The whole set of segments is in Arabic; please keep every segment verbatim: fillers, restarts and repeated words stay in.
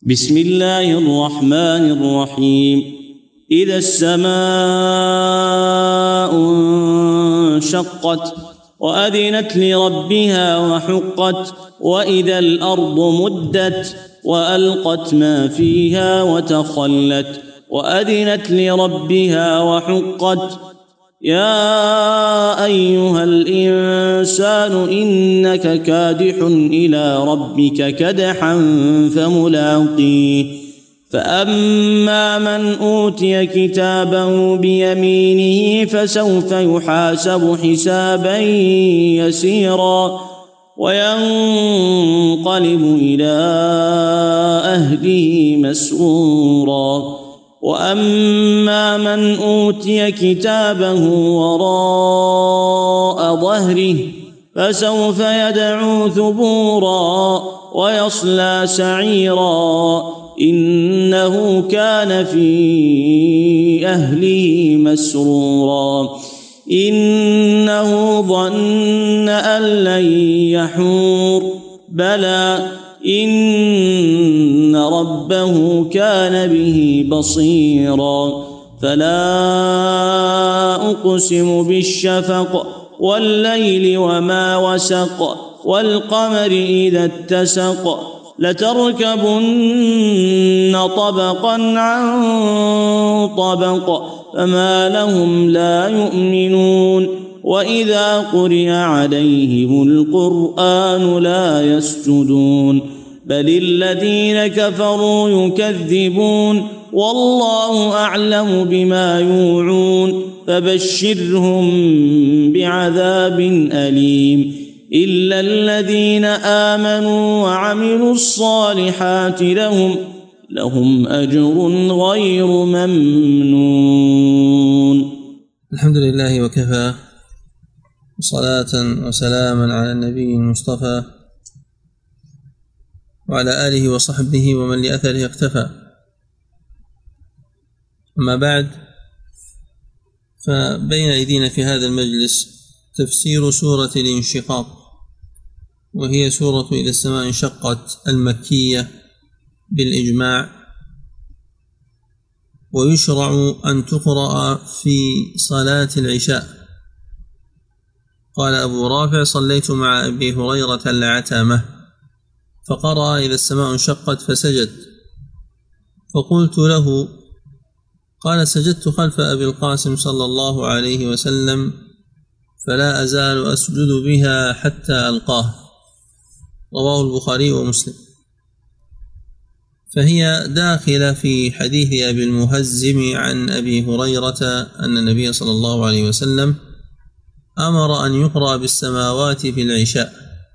بسم الله الرحمن الرحيم. إذا السماء انشقت وأذنت لربها وحقت وإذا الأرض مدت وألقت ما فيها وتخلت وأذنت لربها وحقت. يا أيها الإنسان إنك كادح إلى ربك كدحا فملاقيه. فأما من أوتي كتابه بيمينه فسوف يحاسب حسابا يسيرا وينقلب إلى أهله مسرورا. وأما من أوتي كتابه وراء ظهره فسوف يدعو ثبورا ويصلى سعيرا إنه كان في أهله مسرورا. إنه ظن أن لن يحور بلى إن ربه كان به بصيرا. فلا أقسم بالشفق والليل وما وسق والقمر إذا اتسق لتركبن طبقا عن طبق فما لهم لا يؤمنون. وإذا قرئ عليهم القرآن لا يسجدون بل الذين كفروا يكذبون والله أعلم بما يوعون فبشرهم بعذاب أليم إلا الذين آمنوا وعملوا الصالحات لهم لهم أجر غير ممنون. الحمد لله وكفى، صلاة وسلاما على النبي المصطفى وعلى آله وصحبه ومن لأثره اقتفى. أما بعد، فبين أيدينا في هذا المجلس تفسير سورة الانشقاق، وهي سورة إذا السماء انشقت المكية بالإجماع، ويشرع أن تقرأ في صلاة العشاء. قال أبو رافع: صليت مع أبي هريرة العتمة فقرأ إذا السماء انشقت فسجد، فقلت له، قال: سجدت خلف أبي القاسم صلى الله عليه وسلم فلا أزال أسجد بها حتى ألقاه. رواه البخاري ومسلم. فهي داخلة في حديث أبي المهزم عن أبي هريرة أن النبي صلى الله عليه وسلم أمر أن يقرأ بالسماوات في العشاء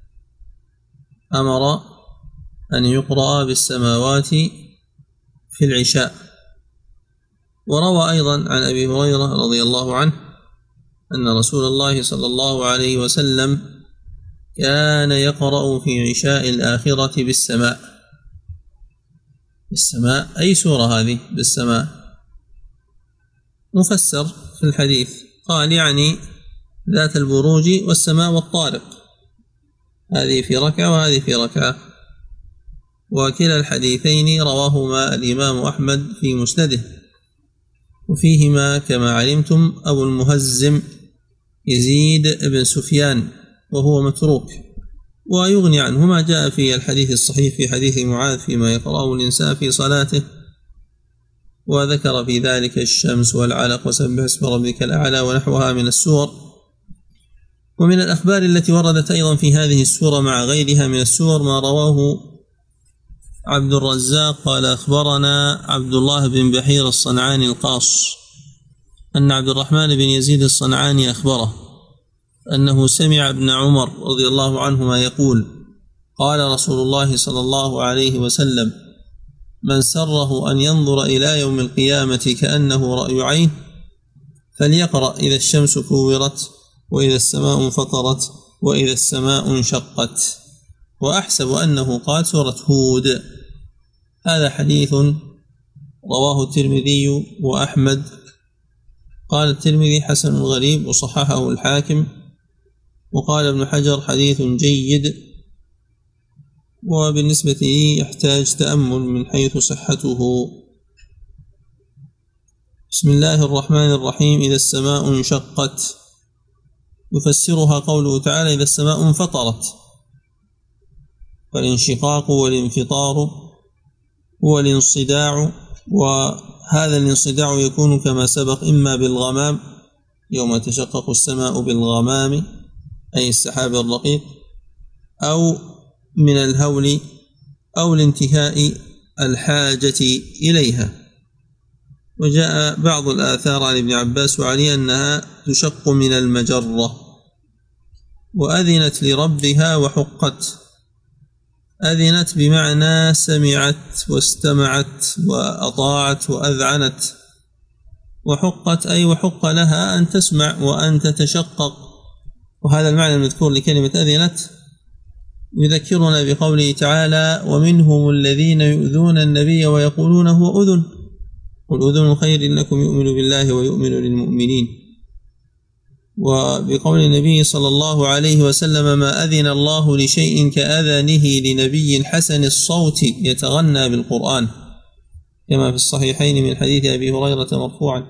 أمر أن يقرأ بالسماوات في العشاء. وروى أيضا عن أبي هريرة رضي الله عنه أن رسول الله صلى الله عليه وسلم كان يقرأ في عشاء الآخرة بالسماء. بالسماء أي سورة هذه بالسماء؟ مفسر في الحديث قال يعني ذات البروج والسماء والطارق، هذه في ركعة وهذه في ركعة، وكلا الحديثين رواهما الإمام أحمد في مسنده، وفيهما كما علمتم أبو المهزم يزيد بن سفيان وهو متروك، ويغني عنه ما جاء في الحديث الصحيح في حديث معاذ فيما يقرأه الإنسان في صلاته، وذكر في ذلك الشمس والعلق وسبح اسم ربك الأعلى ونحوها من السور. ومن الأخبار التي وردت أيضا في هذه السورة مع غيرها من السور ما رواه عبد الرزاق قال: أخبرنا عبد الله بن بحير الصنعاني القاص أن عبد الرحمن بن يزيد الصنعاني أخبره أنه سمع ابن عمر رضي الله عنهما يقول: قال رسول الله صلى الله عليه وسلم: من سره أن ينظر إلى يوم القيامة كأنه رأي عين فليقرأ إذا الشمس كورت وإذا السماء انفطرت وإذا السماء انشقت. وأحسب أنه قال سورة هود. هذا حديث رواه الترمذي وأحمد. قال الترمذي: حسن غريب، وصححه الحاكم. وقال ابن حجر: حديث جيد. وبالنسبة لي يحتاج تأمل من حيث صحته. بسم الله الرحمن الرحيم. إذا السماء انشقت، يفسرها قوله تعالى: إذا السماء انفطرت. فالانشقاق والانفطار هو الانصداع، وهذا الانصداع يكون كما سبق إما بالغمام يوم تشقق السماء بالغمام أي السحاب الرقيق، أو من الهول أو لانتهاء الحاجة إليها. وجاء بعض الآثار عن ابن عباس وعلي أنها تشق من المجرة. وأذنت لربها وحقت. أذنت بمعنى سمعت واستمعت وأطاعت وأذعنت، وحقت أي وحق لها أن تسمع وأن تتشقق. وهذا المعنى المذكور لكلمة أذنت يذكرنا بقوله تعالى: ومنهم الذين يؤذون النبي ويقولون هو أذن قل أذن خير لكم يؤمن بالله ويؤمن للمؤمنين. وبقول النبي صلى الله عليه وسلم: ما أذن الله لشيء كأذنه لنبي حسن الصوت يتغنى بالقرآن، كما في الصحيحين من حديث أبي هريرة مرفوعا.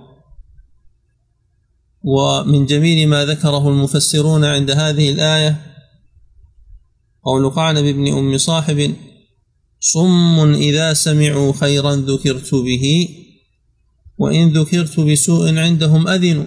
ومن جميل ما ذكره المفسرون عند هذه الآية قول قعنب بن أم صاحب: صم إذا سمعوا خيرا ذكرت به وإن ذكرت بسوء عندهم أذنوا.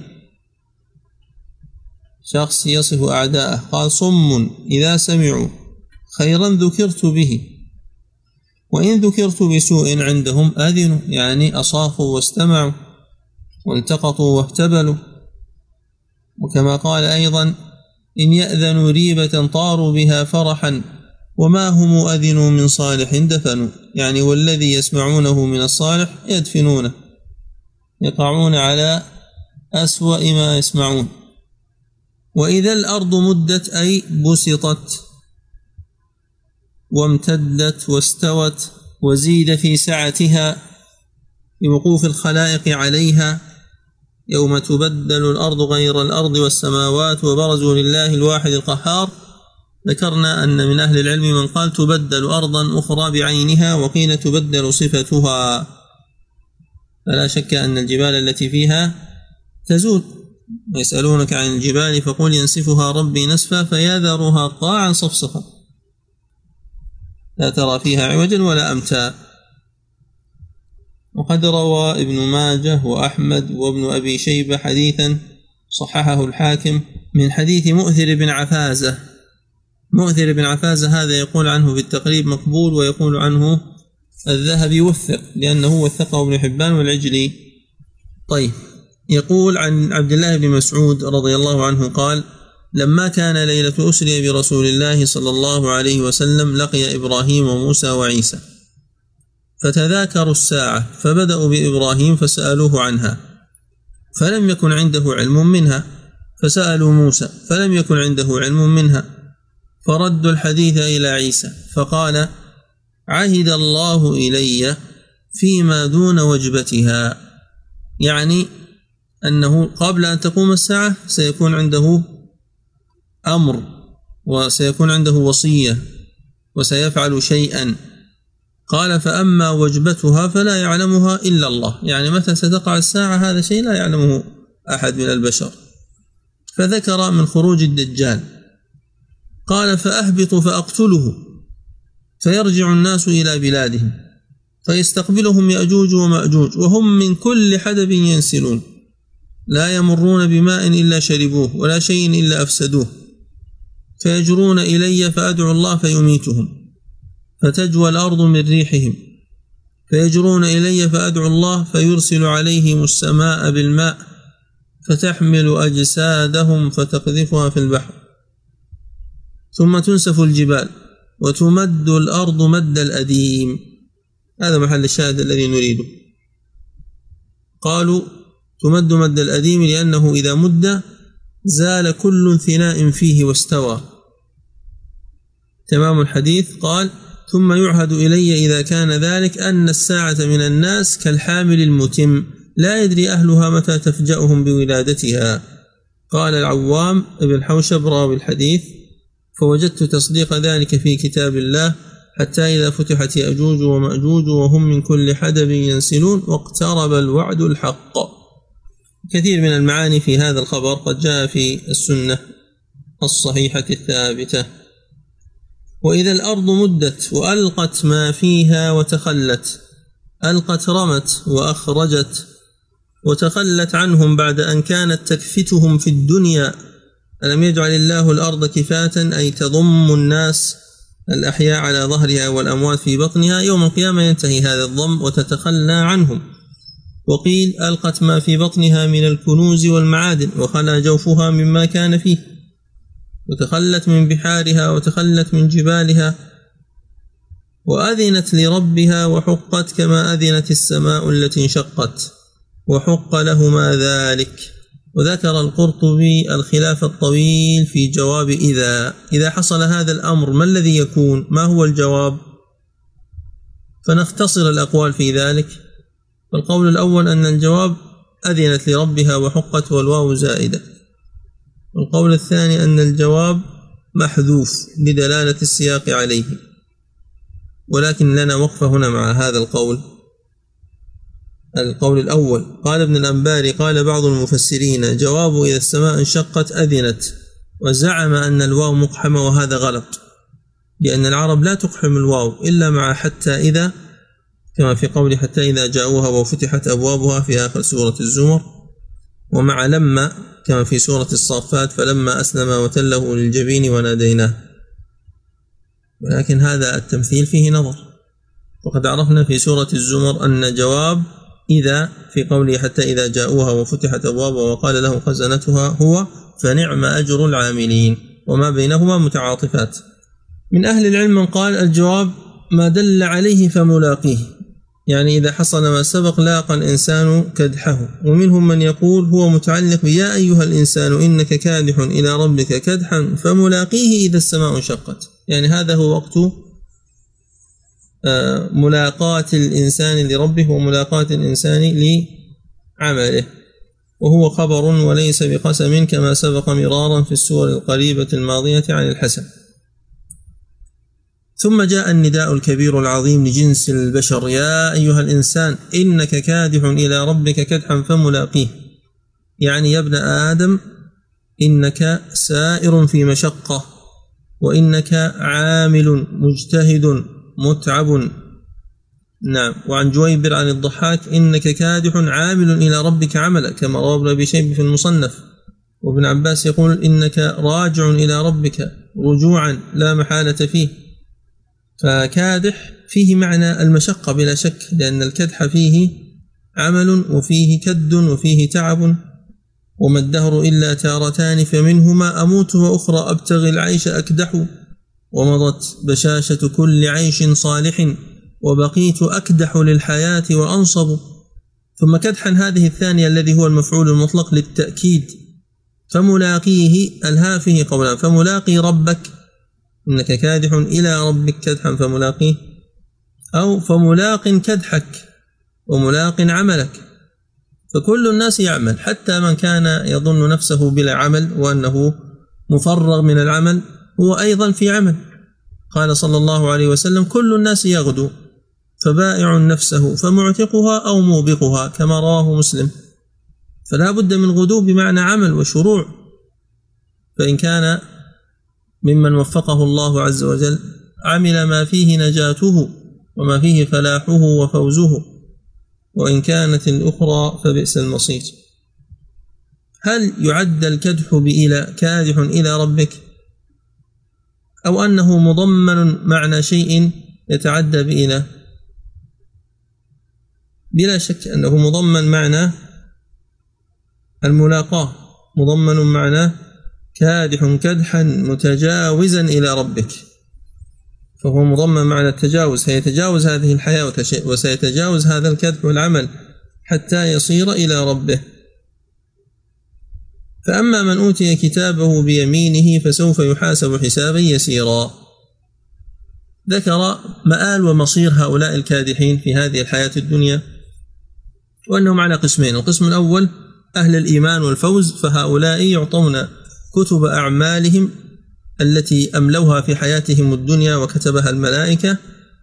شخص يصف أعداءه قال: صم إذا سمعوا خيرا ذكرت به وإن ذكرت بسوء عندهم أذنوا، يعني أصافوا واستمعوا والتقطوا واهتبلوا. وكما قال أيضا: إن يأذنوا ريبة طاروا بها فرحا وما هم أذنوا من صالح دفنوا، يعني والذي يسمعونه من الصالح يدفنونه، يقعون على أسوأ ما يسمعون. وإذا الأرض مدت أي بسطت وامتدت واستوت وزيد في سعتها بوقوف الخلائق عليها، يوم تبدل الأرض غير الأرض والسماوات وبرزوا لله الواحد القهار. ذكرنا أن من أهل العلم من قال تبدل أرضا أخرى بعينها، وقيل تبدل صفتها. فلا شك أن الجبال التي فيها تزول. ويسألونك عن الجبال فقل ينسفها ربي نسفا فيذرها قاعا صفصفا لا ترى فيها عوجا ولا أمتا. وقد روى ابن ماجه وأحمد وابن أبي شيبة حديثا صححه الحاكم من حديث مؤثر بن عفازة. مؤثر بن عفازة هذا يقول عنه في التقريب مقبول، ويقول عنه الذهبي وثق، لأنه وثقه ابن حبان والعجلي. طيب، يقول عن عبد الله بن مسعود رضي الله عنه قال: لما كان ليلة أسري برسول الله صلى الله عليه وسلم لقي إبراهيم وموسى وعيسى فتذاكروا الساعة، فبدأوا بإبراهيم فسألوه عنها فلم يكن عنده علم منها، فسألوا موسى فلم يكن عنده علم منها، فردوا الحديث إلى عيسى فقال: عهد الله إلي فيما دون وجبتها، يعني أنه قبل أن تقوم الساعة سيكون عنده أمر وسيكون عنده وصية وسيفعل شيئا. قال: فأما وجبتها فلا يعلمها إلا الله، يعني متى ستقع الساعة هذا شيء لا يعلمه أحد من البشر. فذكر من خروج الدجال. قال: فأهبط فأقتله فيرجع الناس إلى بلادهم فيستقبلهم يأجوج ومأجوج وهم من كل حدب ينسلون، لا يمرون بماء إلا شربوه ولا شيء إلا أفسدوه، فيجرون إلي فأدعو الله فيميتهم، فتجوى الأرض من ريحهم، فيجرون إلي فأدعو الله فيرسل عليهم السماء بالماء فتحمل أجسادهم فتقذفها في البحر، ثم تنسف الجبال وتمد الأرض مد الأديم. هذا محل الشاهد الذي نريده. قالوا تمد مد الأديم لأنه إذا مد زال كل ثناء فيه واستوى. تمام الحديث. قال: ثم يعهد إلي إذا كان ذلك أن الساعة من الناس كالحامل المتم لا يدري أهلها متى تفجأهم بولادتها. قال العوام ابن حوشب راوي الحديث: فوجدت تصديق ذلك في كتاب الله حتى إذا فتحت يأجوج ومأجوج وهم من كل حدب ينسلون واقترب الوعد الحق. كثير من المعاني في هذا الخبر قد جاء في السنة الصحيحة الثابتة. وإذا الأرض مدت وألقت ما فيها وتخلت، ألقت رمت وأخرجت وتخلت عنهم بعد أن كانت تكفتهم في الدنيا. ألم يجعل الله الأرض كفاة أي تضم الناس الأحياء على ظهرها والأموات في بطنها، يوم القيامة ينتهي هذا الضم وتتخلى عنهم. وقيل ألقت ما في بطنها من الكنوز والمعادن وخلى جوفها مما كان فيه، وتخلت من بحارها وتخلت من جبالها، وأذنت لربها وحقت كما أذنت السماء التي انشقت وحق لهما ذلك. وذكر القرطبي الخلاف الطويل في جواب إذا إذا حصل هذا الأمر ما الذي يكون، ما هو الجواب؟ فنختصر الأقوال في ذلك. القول الأول أن الجواب أذنت لربها وحقت والواو زائدة. والقول الثاني أن الجواب محذوف لدلالة السياق عليه، ولكن لنا وقفة هنا مع هذا القول. القول الأول قال ابن الأنباري قال بعض المفسرين جواب إذا السماء انشقت أذنت، وزعم أن الواو مقحمة، وهذا غلط، لأن العرب لا تقحم الواو إلا مع حتى إذا، كما في قول حتى إذا جاءوها وفتحت أبوابها في آخر سورة الزمر، ومع لما كما في سورة الصافات فلما أسلم وتله للجبين وناديناه. ولكن هذا التمثيل فيه نظر، وقد عرفنا في سورة الزمر أن جواب إذا في قوله حتى إذا جاءوها وفتحت أبوابها وقال لهم خزنتها هو فنعم أجر العاملين، وما بينهما متعاطفات. من أهل العلم من قال الجواب ما دل عليه فملاقيه، يعني إذا حصل ما سبق لاقى الإنسان كدحه. ومنهم من يقول هو متعلق بيا أيها الإنسان إنك كادح إلى ربك كدحا فملاقيه إذا السماء انشقت، يعني هذا هو وقت ملاقاة الإنسان لربه وملاقاة الإنسان لعمله، وهو خبر وليس بقسم كما سبق مرارا في السور القريبة الماضية عن الحسن. ثم جاء النداء الكبير العظيم لجنس البشر يا أيها الإنسان إنك كادح إلى ربك كدحا فملاقيه، يعني يا ابن آدم إنك سائر في مشقة، وإنك عامل مجتهد متعب. نعم. وعن جويبر عن الضحاك إنك كادح عامل إلى ربك عملا، كما روى ابن أبي شيبة في المصنف. وابن عباس يقول إنك راجع إلى ربك رجوعا لا محالة فيه. فكادح فيه معنى المشقة بلا شك، لأن الكدح فيه عمل وفيه كد وفيه تعب. وما الدهر إلا تارتان فمنهما أموت وأخرى أبتغي العيش أكدح، ومضت بشاشة كل عيش صالح وبقيت أكدح للحياة وأنصب. ثم كدحا هذه الثانية الذي هو المفعول المطلق للتأكيد. فملاقيه الها فيه قولان، فملاقي ربك إنك كادح إلى ربك كدحا فملاقيه، أو فملاق كدحك وملاق عملك. فكل الناس يعمل، حتى من كان يظن نفسه بلا عمل وأنه مفرغ من العمل هو أيضا في عمل. قال صلى الله عليه وسلم كل الناس يغدو فبائع نفسه فمعتقها أو موبقها، كما رواه مسلم. فلا بد من غدو بمعنى عمل وشروع. فإن كان ممن وفقه الله عز وجل عمل ما فيه نجاته وما فيه فلاحه وفوزه، وإن كانت الأخرى فبئس المصير. هل يعد الكدح بإلى كادح إلى ربك، أو أنه مضمن معنى شيء يتعدى بإلى؟ بلا شك أنه مضمن معنى الملاقاة، مضمن معنى كادح كدحا متجاوزا إلى ربك، فهو مضمن معنى التجاوز، سيتجاوز هذه الحياة وسيتجاوز هذا الكدح والعمل حتى يصير إلى ربه. فأما من أوتي كتابه بيمينه فسوف يحاسب حسابا يسيرا. ذكر مآل ومصير هؤلاء الكادحين في هذه الحياة الدنيا، وأنهم على قسمين. القسم الأول أهل الإيمان والفوز، فهؤلاء يعطون كتب أعمالهم التي أملوها في حياتهم الدنيا وكتبها الملائكة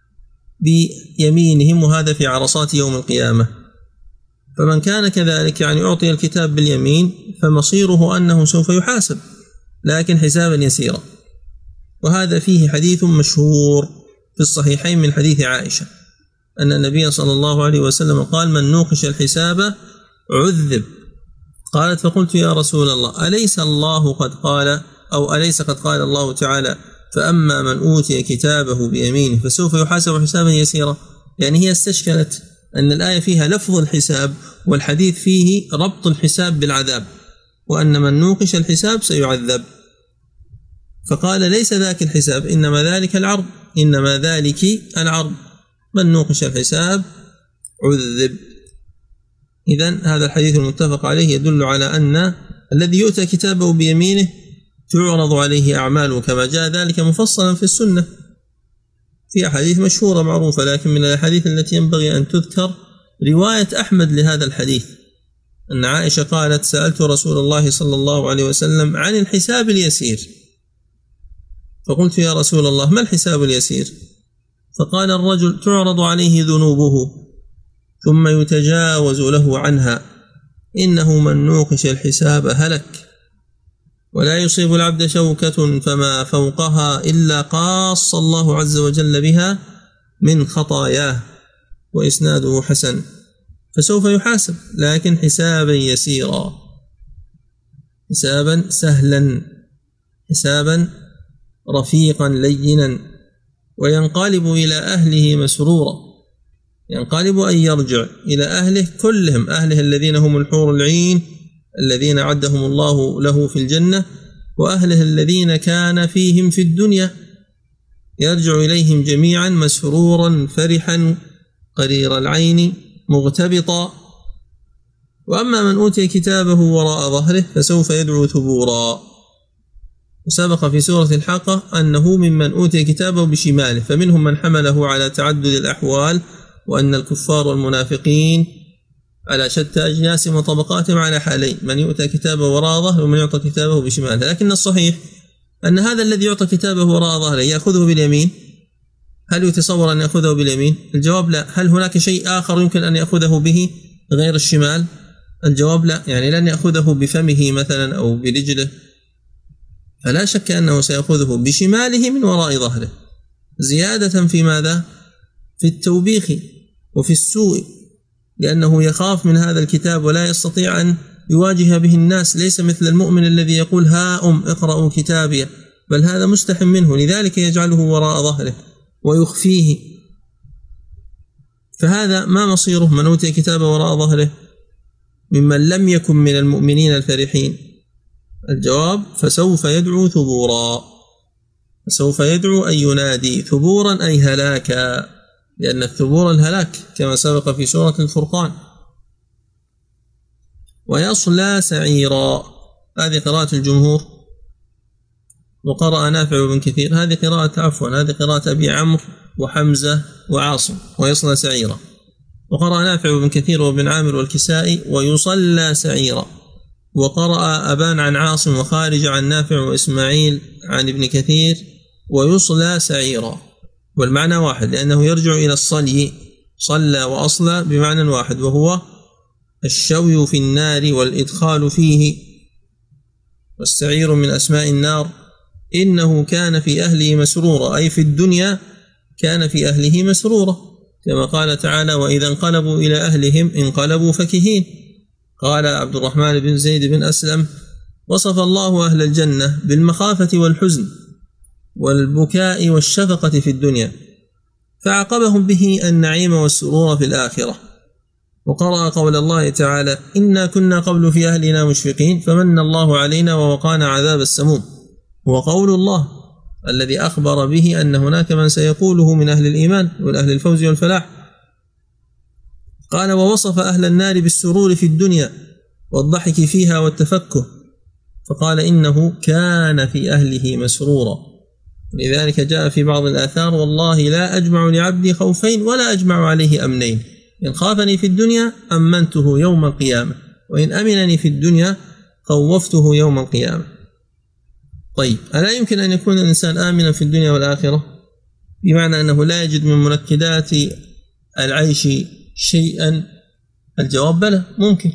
بيمينهم، وهذا في عرصات يوم القيامة. فمن كان كذلك يعني أعطي الكتاب باليمين فمصيره أنه سوف يحاسب، لكن حسابا يسيرا. وهذا فيه حديث مشهور في الصحيحين من حديث عائشة أن النبي صلى الله عليه وسلم قال: من نوقش الحساب عذب. قالت: فقلت يا رسول الله أليس الله قد قال أو أليس قد قال الله تعالى: فأما من أوتي كتابه بيمينه فسوف يحاسب حسابا يسيرا؟ يعني هي استشكلت أن الآية فيها لفظ الحساب والحديث فيه ربط الحساب بالعذاب، وأن من نوقش الحساب سيعذب. فقال: ليس ذاك الحساب، إنما ذلك العرض، إنما ذلك العرض، من نوقش الحساب عذب. إذن هذا الحديث المتفق عليه يدل على أن الذي يؤتى كتابه بيمينه تعرض عليه أعماله، كما جاء ذلك مفصلا في السنة في أحاديث مشهورة معروفة. لكن من الأحاديث التي ينبغي أن تذكر رواية أحمد لهذا الحديث، أن عائشة قالت: سألت رسول الله صلى الله عليه وسلم عن الحساب اليسير، فقلت: يا رسول الله ما الحساب اليسير؟ فقال: الرجل تعرض عليه ذنوبه ثم يتجاوز له عنها، إنه من نوقش الحساب هلك، ولا يصيب العبد شوكة فما فوقها إلا قاص الله عز وجل بها من خطاياه، وإسناده حسن. فسوف يحاسب، لكن حسابا يسيرا، حسابا سهلا، حسابا رفيقا لينا، وينقلب إلى أهله مسرورا. ينقلب أن يرجع إلى أهله كلهم، أهله الذين هم الحور العين الذين عدهم الله له في الجنة، وأهله الذين كان فيهم في الدنيا، يرجع إليهم جميعا مسرورا فرحا قرير العين مغتبطا. وأما من أوتي كتابه وراء ظهره فسوف يدعو ثبورا. وسبق في سورة الحاقة أنه ممن أوتي كتابه بشماله، فمنهم من حمله على تعدد الأحوال، وأن الكفار والمنافقين على شتى أجناسهم وطبقاتهم على حالين: من يؤتى كتابه وراء ظهره ومن يعطى كتابه بشماله. لكن الصحيح أن هذا الذي يعطى كتابه وراء ظهره يأخذه باليمين. هل يتصور أن يأخذه باليمين؟ الجواب لا. هل هناك شيء آخر يمكن أن يأخذه به غير الشمال؟ الجواب لا. يعني لن يأخذه بفمه مثلا أو برجله، فلا شك أنه سيأخذه بشماله من وراء ظهره، زيادة في ماذا؟ في التوبيخ وفي السوء، لأنه يخاف من هذا الكتاب ولا يستطيع أن يواجه به الناس. ليس مثل المؤمن الذي يقول: ها أم اقرأوا كتابي، بل هذا مستحم منه، لذلك يجعله وراء ظهره ويخفيه. فهذا ما مصيره من أوتي كتابه وراء ظهره ممن لم يكن من المؤمنين الفرحين؟ الجواب: فسوف يدعو ثبورا. فسوف يدعو أي ينادي، ثبورا أي هلاكا، لأن الثبور الهلاك كما سبق في سورة الفرقان. ويصلى سعيرا، هذه قراءة الجمهور، وقرأ نافع بن كثير. هذه قراءة عفوا هذه قراءة أبي عمرو وحمزة وعاصم، ويصلى سعيرا. وقرأ نافع بن كثير وابن عامر والكسائي ويصلى سعيرا. وقرأ أبان عن عاصم وخارج عن نافع وإسماعيل عن ابن كثير ويصلى سعيرا، والمعنى واحد، لأنه يرجع إلى الصلي، صلى وأصلى بمعنى واحد، وهو الشوي في النار والإدخال فيه. والسعير من أسماء النار. إنه كان في أهله مسرورا، أي في الدنيا كان في أهله مسرورا، كما قال تعالى: وإذا انقلبوا إلى أهلهم انقلبوا فكهين. قال عبد الرحمن بن زيد بن أسلم: وصف الله أهل الجنة بالمخافة والحزن والبكاء والشفقة في الدنيا، فعقبهم به النعيم والسرور في الآخرة. وقرأ قول الله تعالى: إنا كنا قبل في أهلنا مشفقين فمن الله علينا ووقانا عذاب السموم. وقول الله الذي أخبر به أن هناك من سيقوله من أهل الإيمان والأهل الفوز والفلاح. قال: ووصف أهل النار بالسرور في الدنيا والضحك فيها والتفكه، فقال: إنه كان في أهله مسرورا. لذلك جاء في بعض الآثار: والله لا أجمع لعبدي خوفين ولا أجمع عليه أمنين، إن خافني في الدنيا أمنته يوم القيامة، وإن أمنني في الدنيا خوفته يوم القيامة. طيب، ألا يمكن أن يكون الإنسان آمنا في الدنيا والآخرة بمعنى أنه لا يجد من منكدات العيش شيئا؟ الجواب بلى، ممكن.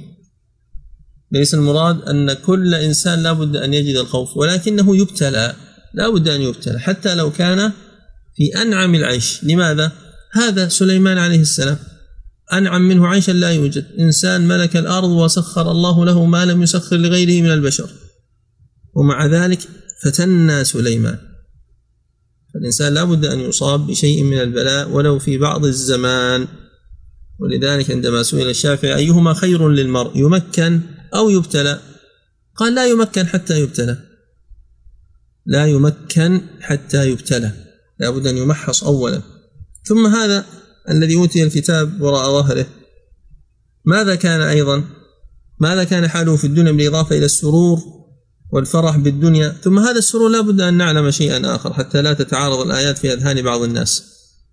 ليس المراد أن كل إنسان لا بد أن يجد الخوف، ولكنه يبتلى، لا بد أن يبتلى حتى لو كان في أنعم العيش. لماذا؟ هذا سليمان عليه السلام أنعم منه عيشا لا يوجد، إنسان ملك الأرض وسخر الله له ما لم يسخر لغيره من البشر، ومع ذلك فتنا سليمان. فالإنسان لا بد أن يصاب بشيء من البلاء ولو في بعض الزمان. ولذلك عندما سئل الشافعي أيهما خير للمرء، يمكن أو يبتلى؟ قال لا يمكن حتى يبتلى، لا يمكن حتى يبتلى، لا بد أن يمحص أولا. ثم هذا الذي أوتي الكتاب وراء ظهره ماذا كان أيضا؟ ماذا كان حاله في الدنيا بالإضافة إلى السرور والفرح بالدنيا؟ ثم هذا السرور لا بد أن نعلم شيئا آخر حتى لا تتعارض الآيات في أذهان بعض الناس.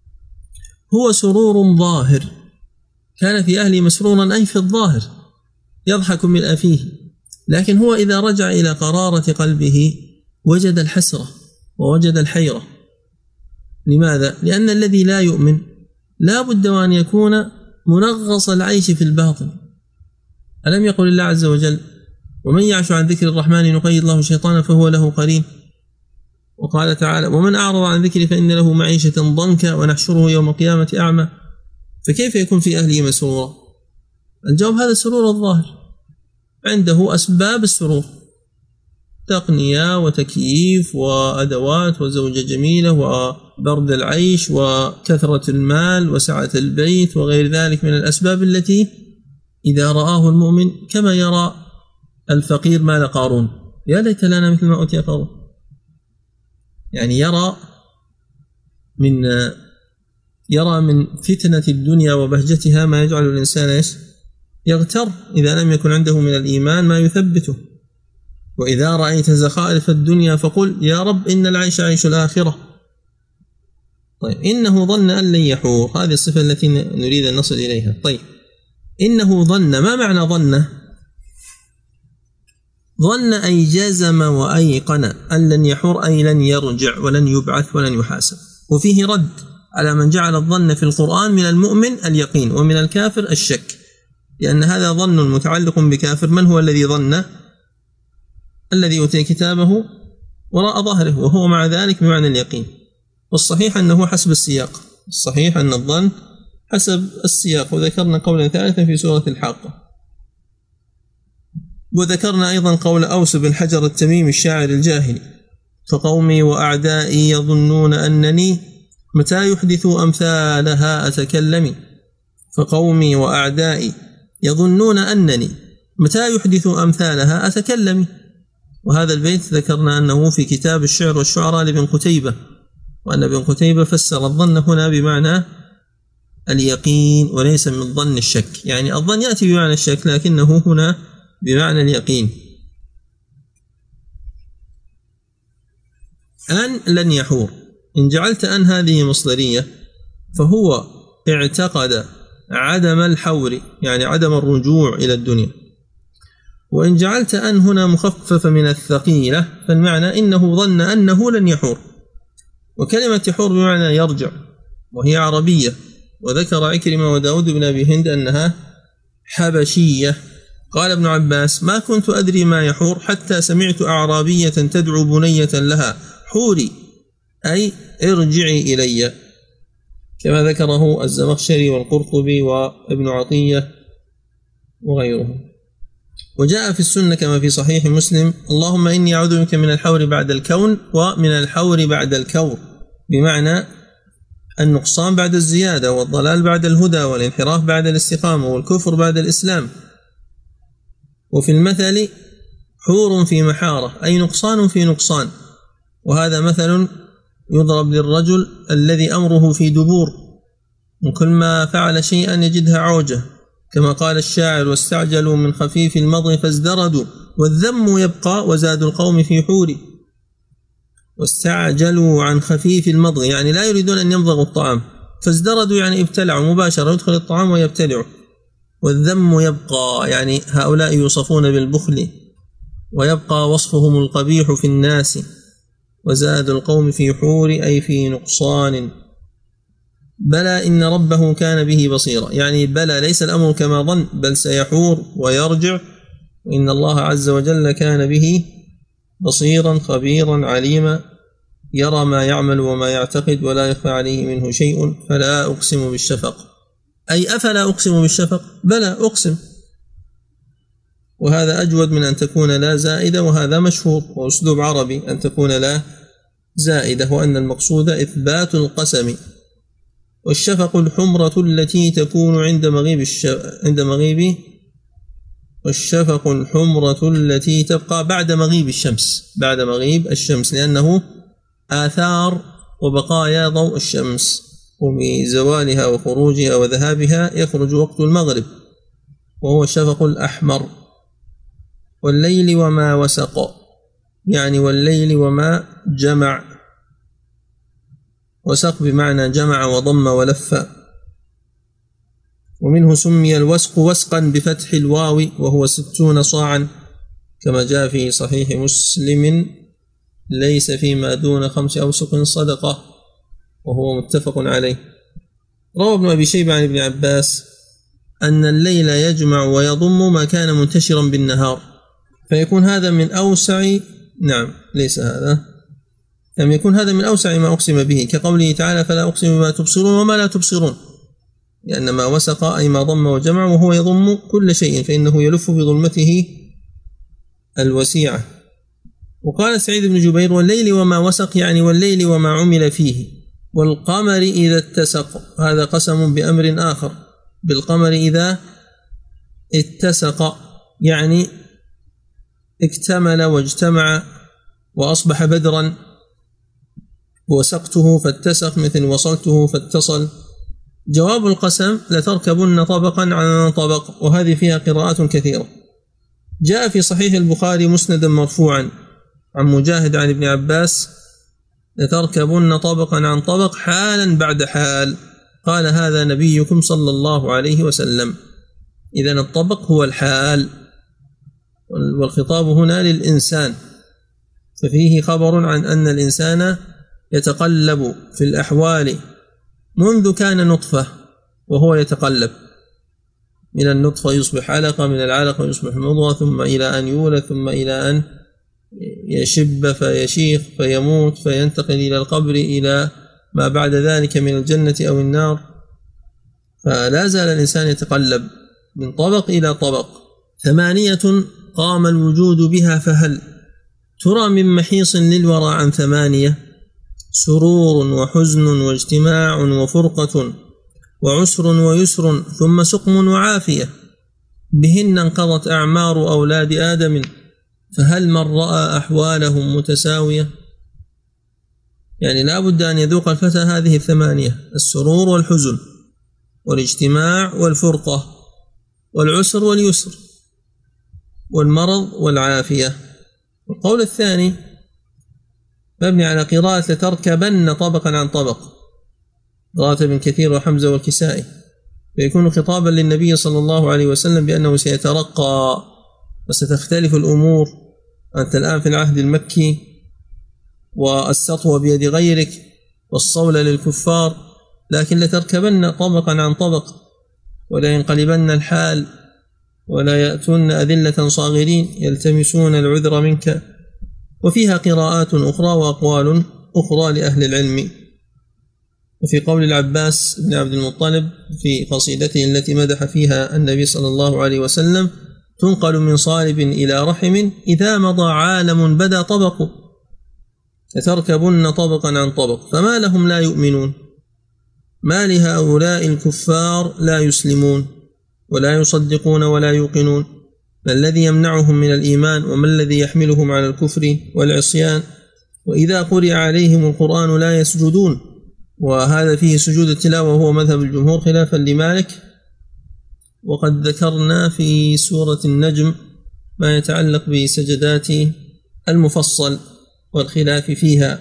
هو سرور ظاهر، كان في أهله مسرورا أي في الظاهر يضحك من فيه، لكن هو إذا رجع إلى قرارة قلبه وجد الحسرة ووجد الحيرة. لماذا؟ لأن الذي لا يؤمن لا بد وأن يكون منغص العيش في الباطل. ألم يقل الله عز وجل ومن يعش عن ذكر الرحمن نقيض له شيطانا فهو له قرين؟ وقال تعالى ومن أعرض عن ذكري فإن له معيشة ضنكا ونحشره يوم القيامة أعمى. فكيف يكون في أهله مسرورا؟ الجواب هذا سرور الظاهر، عنده أسباب السرور، تقنية وتكييف وأدوات وزوجة جميلة وبرد العيش وكثرة المال وسعة البيت وغير ذلك من الأسباب التي إذا رآه المؤمن كما يرى الفقير مال قارون، يا ليت لنا مثل ما أوتي قارون. يعني يرى من يرى من فتنة الدنيا وبهجتها ما يجعل الإنسان يغتر إذا لم يكن عنده من الإيمان ما يثبته. وإذا رأيت زخارف الدنيا فقل يا رب إن العيش عيش الآخرة. طيب، إنه ظن أن لن يحور، هذه الصفة التي نريد أن نصل إليها. طيب، إنه ظن، ما معنى ظن؟ ظن أي جزم وأيقن أن لن يحور، أي لن يرجع ولن يبعث ولن يحاسب. وفيه رد على من جعل الظن في القرآن من المؤمن اليقين ومن الكافر الشك، لأن هذا ظن متعلق بكافر. من هو الذي ظن؟ الذي أوتي كتابه وراء ظهره، وهو مع ذلك بمعنى اليقين. والصحيح أنه حسب السياق، الصحيح أن الظن حسب السياق. وذكرنا قولا ثالثا في سورة الحاقة، وذكرنا أيضا قول أوس بن حجر التميمي الشاعر الجاهلي فقومي وأعدائي يظنون أنني متى يحدثوا أمثالها أتكلمي. فقومي وأعدائي يظنون أنني متى يحدثوا أمثالها أتكلمي. وهذا البيت ذكرنا أنه في كتاب الشعر والشعراء لابن قتيبة، وأن ابن قتيبة فسر الظن هنا بمعنى اليقين وليس من ظن الشك. يعني الظن يأتي بمعنى الشك لكنه هنا بمعنى اليقين. أن لن يحور، إن جعلت أن هذه مصدرية فهو اعتقد عدم الحور، يعني عدم الرجوع إلى الدنيا. وإن جعلت أن هنا مخففة من الثقيلة فالمعنى إنه ظن أنه لن يحور. وكلمة يحور بمعنى يرجع، وهي عربية. وذكر عكرمة وداود بن أبي هند أنها حبشية. قال ابن عباس ما كنت أدري ما يحور حتى سمعت أعرابية تدعو بنية لها حوري، أي ارجعي إلي، كما ذكره الزمخشري والقرطبي وابن عطية وغيرهم. وجاء في السنة كما في صحيح مسلم اللهم إني أعوذ بك من الحور بعد الكون ومن الحور بعد الكور، بمعنى النقصان بعد الزيادة والضلال بعد الهدى والانحراف بعد الاستقامة والكفر بعد الإسلام. وفي المثل حور في محارة، أي نقصان في نقصان. وهذا مثل يضرب للرجل الذي أمره في دبور، وكل ما فعل شيئا يجدها عوجة، كما قال الشاعر واستعجلوا من خفيف المضغ فازدردوا والذم يبقى وزاد القوم في حور. واستعجلوا عن خفيف المضغ يعني لا يريدون أن يمضغوا الطعام، فازدردوا يعني ابتلعوا مباشرة، يدخل الطعام ويبتلعوا. والذم يبقى يعني هؤلاء يوصفون بالبخل ويبقى وصفهم القبيح في الناس، وزاد القوم في حور أي في نقصان. بلى إن ربه كان به بصيرا، يعني بلى ليس الأمر كما ظن، بل سيحور ويرجع، وإن الله عز وجل كان به بصيرا خبيرا عليما، يرى ما يعمل وما يعتقد ولا يخفى عليه منه شيء. فلا أقسم بالشفق، أي أفلا أقسم بالشفق؟ بلى أقسم، وهذا أجود من أن تكون لا زائدة، وهذا مشهور وأسلوب عربي أن تكون لا زائدة، وأن المقصود إثبات القسم. والشفق الحمرة التي تكون عند مغيب الشفق عند مغيب والشفق الحمرة التي تبقى بعد مغيب الشمس بعد مغيب الشمس لأنه آثار وبقايا ضوء الشمس، وبزوالها وخروجها وذهابها يخرج وقت المغرب، وهو الشفق الأحمر. والليل وما وسق، يعني والليل وما جمع، وسق بمعنى جمع وضم ولف. ومنه سمي الوسق وسقا بفتح الواو، وهو ستون صاعا، كما جاء في صحيح مسلم: ليس فيما دون خمس أوسق صدقة، وهو متفق عليه. روى ابن أبي شيبة عن ابن عباس أن الليل يجمع ويضم ما كان منتشرا بالنهار، فيكون هذا من أوسع نعم ليس هذا لم يكن هذا من أوسع ما أقسم به، كقوله تعالى: فلا أقسم بما تبصرون وما لا تبصرون، لأن ما وسق أي ما ضم وجمع، وهو يضم كل شيء فإنه يلف بظلمته الوسيعة. وقال سعيد بن جبير: والليل وما وسق، يعني والليل وما عمل فيه. والقمر إذا اتسق، هذا قسم بأمر آخر، بالقمر إذا اتسق، يعني اكتمل واجتمع وأصبح بدرا. وسقته فاتسق، مثل وصلته فاتصل. جواب القسم: لتركبن طبقا عن طبق، وهذه فيها قراءات كثيرة. جاء في صحيح البخاري مسندا مرفوعا عن مجاهد عن ابن عباس: لتركبن طبقا عن طبق حالا بعد حال. قال: هذا نبيكم صلى الله عليه وسلم. إذن الطبق هو الحال، والخطاب هنا للإنسان، ففيه خبر عن أن الإنسان يتقلب في الأحوال منذ كان نطفة، وهو يتقلب من النطفة يصبح علقة، من العلقة يصبح مضغة، ثم إلى أن يولد، ثم إلى أن يشب فيشيخ فيموت، فينتقل إلى القبر، إلى ما بعد ذلك من الجنة أو النار. فلا زال الإنسان يتقلب من طبق إلى طبق. ثمانية قام الوجود بها، فهل ترى من محيص للورى عن ثمانية: سرور وحزن واجتماع وفرقة وعسر ويسر ثم سقم وعافية، بهن انقضت أعمار أولاد آدم، فهل من رأى أحوالهم متساوية؟ يعني لا بد أن يذوق الفتى هذه الثمانية: السرور والحزن والاجتماع والفرقة والعسر واليسر والمرض والعافية. والقول الثاني مبني على قراءة لتركبن طبقا عن طبق، قراءة ابن كثير وحمزة والكسائي، فيكون خطابا للنبي صلى الله عليه وسلم بأنه سيترقى وستختلف الأمور. أنت الآن في العهد المكي، والسطوة بيد غيرك والصول للكفار، لكن لتركبن طبقا عن طبق، ولا ينقلبن الحال، ولا يأتون أذلة صاغرين يلتمسون العذر منك. وفيها قراءات أخرى وأقوال أخرى لأهل العلم. وفي قول العباس بن عبد المطلب في قصيدته التي مدح فيها النبي صلى الله عليه وسلم: تنقل من صالب إلى رحم، إذا مضى عالم بدا طبق، لتركبن طبقا عن طبق، فما لهم لا يؤمنون، ما لهؤلاء الكفار لا يسلمون ولا يصدقون ولا يوقنون، ما الذي يمنعهم من الإيمان، وما الذي يحملهم على الكفر والعصيان؟ وإذا قرئ عليهم القرآن لا يسجدون، وهذا فيه سجود التلاوة وهو مذهب الجمهور خلافا لمالك. وقد ذكرنا في سورة النجم ما يتعلق بسجدات المفصل والخلاف فيها.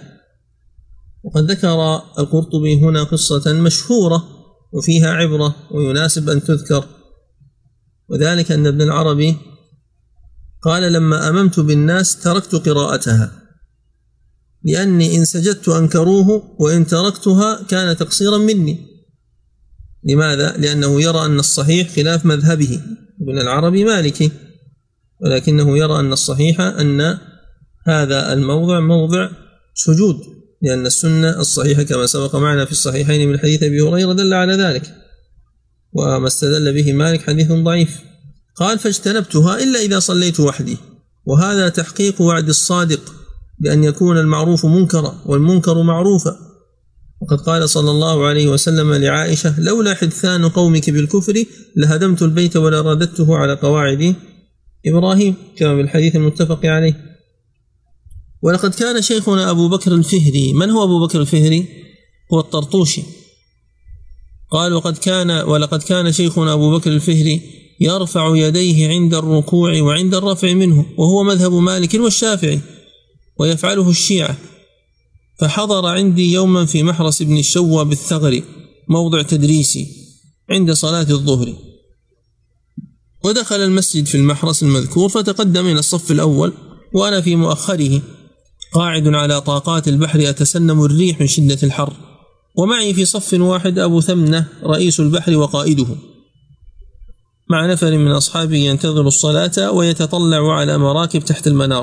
وقد ذكر القرطبي هنا قصة مشهورة وفيها عبرة ويناسب أن تذكر، وذلك أن ابن العربي قال لما أممت بالناس تركت قراءتها لأني إن سجدت أنكروه وإن تركتها كان تقصيرا مني. لماذا؟ لأنه يرى أن الصحيح خلاف مذهبه. ابن العربي مالكي، ولكنه يرى أن الصحيح أن هذا الموضع موضع سجود، لأن السنة الصحيحة كما سبق معنا في الصحيحين من حديث أبي هريرة دل على ذلك، وما استدل به مالك حديث ضعيف. قال فاجتنبتها إلا إذا صليت وحدي، وهذا تحقيق وعد الصادق بأن يكون المعروف منكرا والمنكر معروفا. وقد قال صلى الله عليه وسلم لعائشة لولا حدثان قومك بالكفر لهدمت البيت ولرددته على قواعد إبراهيم، كما بالحديث المتفق عليه. ولقد كان شيخنا أبو بكر الفهري. من هو أبو بكر الفهري؟ هو الطرطوشي. قال وقد كان ولقد كان شيخنا أبو بكر الفهري يرفع يديه عند الركوع وعند الرفع منه، وهو مذهب مالك والشافعي، ويفعله الشيعة. فحضر عندي يوما في محرس بن الشوى بالثغر موضع تدريسي عند صلاة الظهر، ودخل المسجد في المحرس المذكور فتقدم إلى الصف الأول وأنا في مؤخره قاعد على طاقات البحر أتسنم الريح من شدة الحر، ومعي في صف واحد أبو ثمنة رئيس البحر وقائده مع نفر من أصحابه ينتظر الصلاة ويتطلع على مراكب تحت المنار.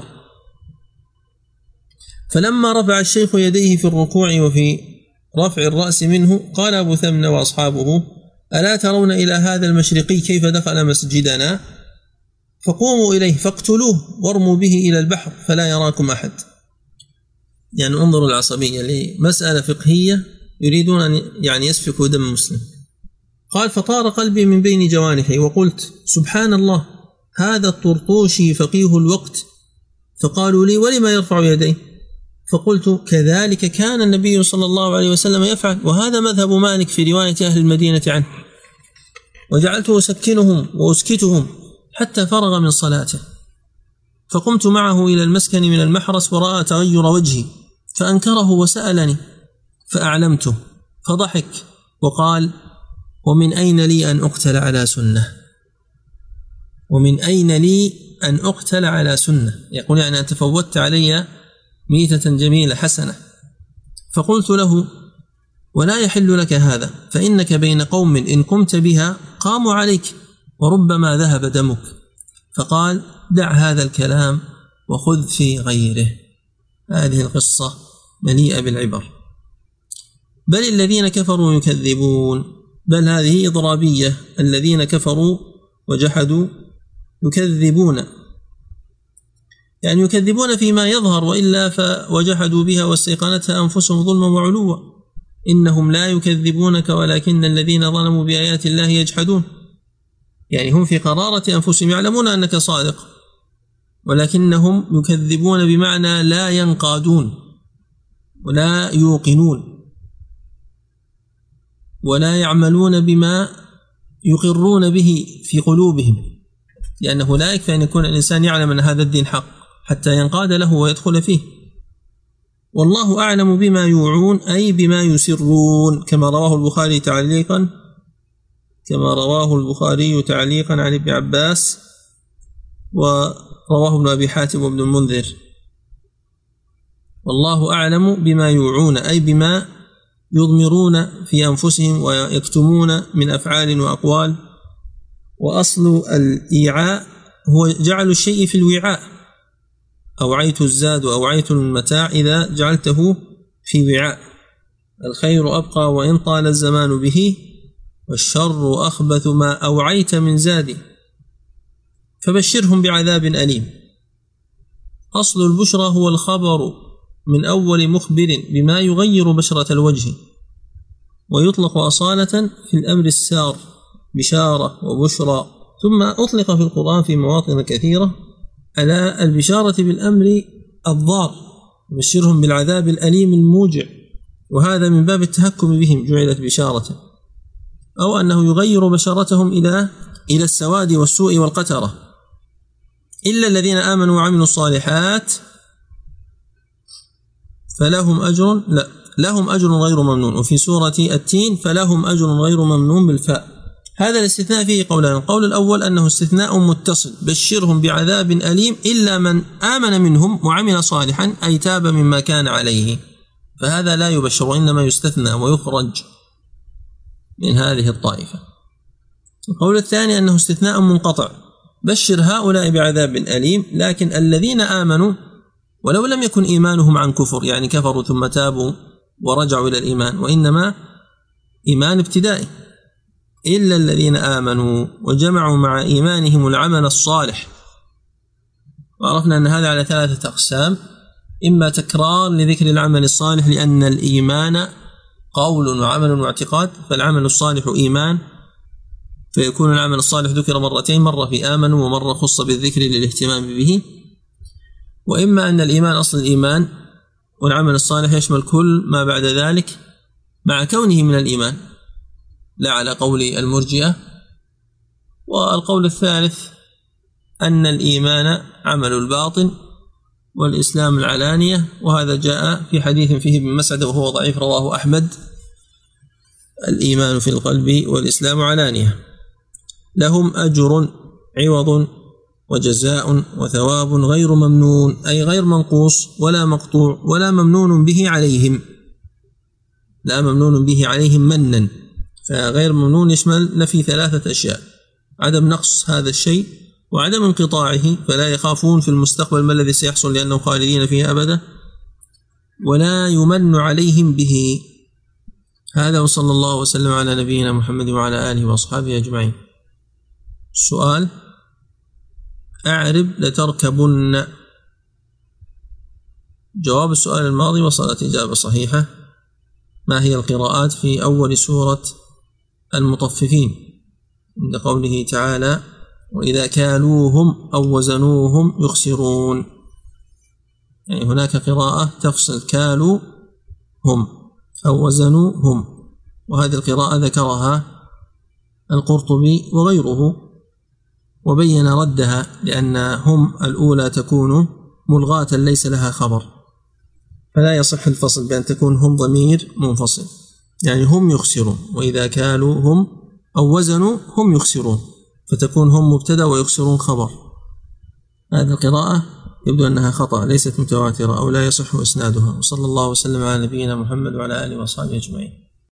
فلما رفع الشيخ يديه في الركوع وفي رفع الرأس منه قال أبو ثمنة وأصحابه ألا ترون إلى هذا المشرقي كيف دخل مسجدنا؟ فقوموا إليه فاقتلوه وارموا به إلى البحر فلا يراكم أحد. يعني انظروا العصبية لمسألة فقهية يريدون أن يعني يسفكوا دم مسلم. قال فطار قلبي من بين جوانحي وقلت سبحان الله هذا الطرطوشي فقيه الوقت. فقالوا لي ولما يرفع يديه؟ فقلت كذلك كان النبي صلى الله عليه وسلم يفعل، وهذا مذهب مالك في رواية أهل المدينة عنه. وجعلت أسكنهم وأسكتهم حتى فرغ من صلاته، فقمت معه إلى المسكن من المحرس ورأى تغير وجهي فأنكره وسألني فأعلمته فضحك وقال ومن أين لي أن أقتل على سنة؟ ومن أين لي أن أقتل على سنة؟ يقول يعني أن تفوتت علي ميتة جميلة حسنة. فقلت له ولا يحل لك هذا، فإنك بين قوم إن قمت بها قاموا عليك وربما ذهب دمك. فقال دع هذا الكلام وخذ في غيره. هذه القصة مليئة بالعبر. بل الذين كفروا يكذبون، بل هذه إضرابية، الذين كفروا وجحدوا يكذبون، يعني يكذبون فيما يظهر، وإلا فوجحدوا بها واستيقنتها أنفسهم ظلما وعلوا. إنهم لا يكذبونك ولكن الذين ظلموا بآيات الله يجحدون. يعني هم في قرارة أنفسهم يعلمون أنك صادق، ولكنهم يكذبون بمعنى لا ينقادون ولا يوقنون ولا يعملون بما يقرون به في قلوبهم، لأنه لا يكفي أن يكون الإنسان يعلم أن هذا الدين حق حتى ينقاد له ويدخل فيه. والله أعلم بما يوعون أي بما يسرون، كما رواه البخاري تعليقا كما رواه البخاري تعليقا عن ابن عباس، ورواه ابن أبي حاتم وابن المنذر. والله أعلم بما يوعون أي بما يضمرون في أنفسهم ويكتمون من أفعال وأقوال. وأصل الإيعاء هو جعل الشيء في الوعاء، أوعيت الزاد وأوعيت المتاع إذا جعلته في وعاء. الخير أبقى وإن طال الزمان به، والشر أخبث ما أوعيت من زاد، فبشرهم بعذاب أليم. أصل البشرى هو الخبر من أول مخبر بما يغير بشرة الوجه، ويطلق أصالة في الأمر السار بشارة وبشرى، ثم أطلق في القرآن في مواطن كثيرة على البشارة بالأمر الضار، بشرهم بالعذاب الأليم الموجع، وهذا من باب التهكم بهم جعلت بشارة، أو أنه يغير بشرتهم إلى إلى السواد والسوء والقترة. إلا الذين آمنوا وعملوا الصالحات فلهم أجر لا لهم أجر غير ممنون. وفي سورة التين فلهم أجر غير ممنون بالفاء، هذا الاستثناء فيه قولان. القول الأول أنه استثناء متصل، بشرهم بعذاب أليم إلا من آمن منهم وعمل صالحا أي تاب مما كان عليه، فهذا لا يبشر وإنما يستثنى ويخرج من هذه الطائفة. القول الثاني أنه استثناء منقطع، بشر هؤلاء بعذاب أليم لكن الذين آمنوا ولو لم يكن إيمانهم عن كفر، يعني كفروا ثم تابوا ورجعوا إلى الإيمان، وإنما إيمان ابتدائي، إلا الذين آمنوا وجمعوا مع إيمانهم العمل الصالح. وعرفنا أن هذا على ثلاثة أقسام: إما تكرار لذكر العمل الصالح لأن الإيمان قول وعمل واعتقاد، فالعمل الصالح إيمان، فيكون العمل الصالح ذكر مرتين، مرة في آمنوا ومرة خص بالذكر للاهتمام به. وإما أن الإيمان أصل الإيمان والعمل الصالح يشمل كل ما بعد ذلك مع كونه من الإيمان، لا على قول المرجئة. والقول الثالث أن الإيمان عمل الباطن والإسلام العلانية، وهذا جاء في حديث فيه ابن مسعود وهو ضعيف رواه أحمد: الإيمان في القلب والإسلام علانية. لهم أجر عوض وجزاء وثواب غير ممنون، أي غير منقوص ولا مقطوع ولا ممنون به عليهم، لا ممنون به عليهم منا، فغير ممنون يشمل نفي ثلاثة أشياء: عدم نقص هذا الشيء وعدم انقطاعه، فلا يخافون في المستقبل ما الذي سيحصل لأنهم خالدين فيه أبدا، ولا يمن عليهم به. هذا وصلى الله وسلم على نبينا محمد وعلى آله وأصحابه أجمعين. السؤال: أعرب لتركبن. جواب السؤال الماضي وصلت إجابة صحيحة. ما هي القراءات في أول سورة المطففين عند قوله تعالى: وإذا كالوهم أو وزنوهم يخسرون؟ يعني هناك قراءة تفصل كالوا هم أو وزنوا هم، وهذه القراءة ذكرها القرطبي وغيره وبين ردها، لأن هم الأولى تكون ملغاة ليس لها خبر، فلا يصح الفصل بأن تكون هم ضمير منفصل، يعني هم يخسرون، وإذا كالوا هم أو وزنوا هم يخسرون، فتكون هم مبتدأ ويخسرون خبر. هذه القراءة يبدو أنها خطأ، ليست متواترة أو لا يصح إسنادها. وصلى الله وسلم على نبينا محمد وعلى آله وصحبه أجمعين.